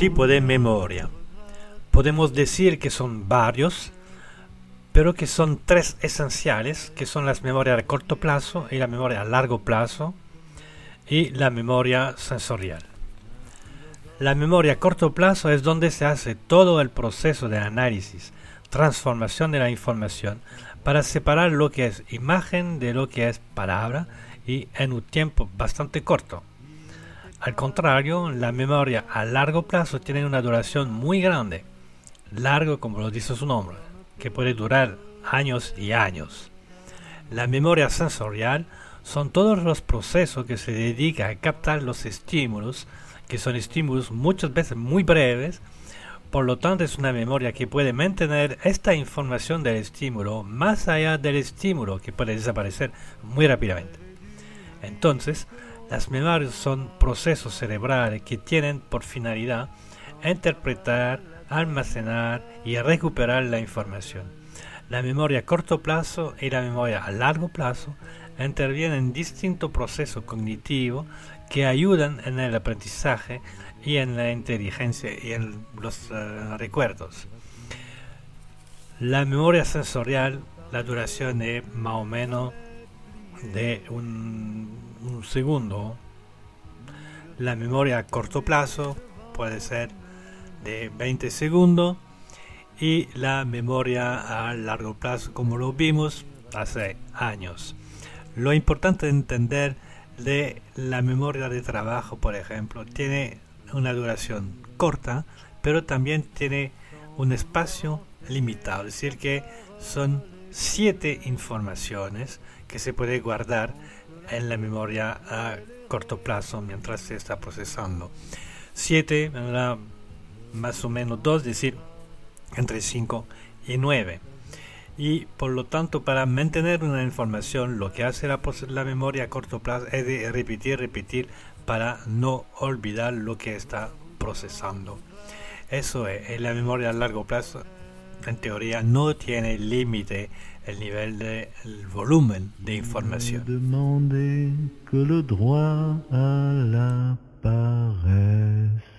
tipos de memoria. Podemos decir que son varios, pero que son tres esenciales, que son las memorias a corto plazo y la memoria a largo plazo y la memoria sensorial. La memoria a corto plazo es donde se hace todo el proceso de análisis, transformación de la información para separar lo que es imagen de lo que es palabra y en un tiempo bastante corto. Al contrario, la memoria a largo plazo tiene una duración muy grande, largo como lo dice su nombre, que puede durar años y años. La memoria sensorial son todos los procesos que se dedican a captar los estímulos, que son estímulos muchas veces muy breves. Por lo tanto, es una memoria que puede mantener esta información del estímulo más allá del estímulo, que puede desaparecer muy rápidamente. Entonces, las memorias son procesos cerebrales que tienen por finalidad interpretar, almacenar y recuperar la información. La memoria a corto plazo y la memoria a largo plazo intervienen en distintos procesos cognitivos que ayudan en el aprendizaje y en la inteligencia y en los recuerdos. La memoria sensorial, la duración es más o menos de un segundo. La memoria a corto plazo puede ser de 20 segundos y la memoria a largo plazo, como lo vimos hace años. Lo importante de entender de la memoria de trabajo, por ejemplo, tiene una duración corta, pero también tiene un espacio limitado, es decir, que son 7 informaciones que se puede guardar en la memoria a corto plazo mientras se está procesando. 7, más o menos 2, es decir, entre 5 y 9. Y por lo tanto, para mantener una información, lo que hace la memoria a corto plazo es de repetir para no olvidar lo que está procesando. Eso es, la memoria a largo plazo, en teoría, no tiene límite el nivel del volumen de información. Demandez que le droit à la paresse.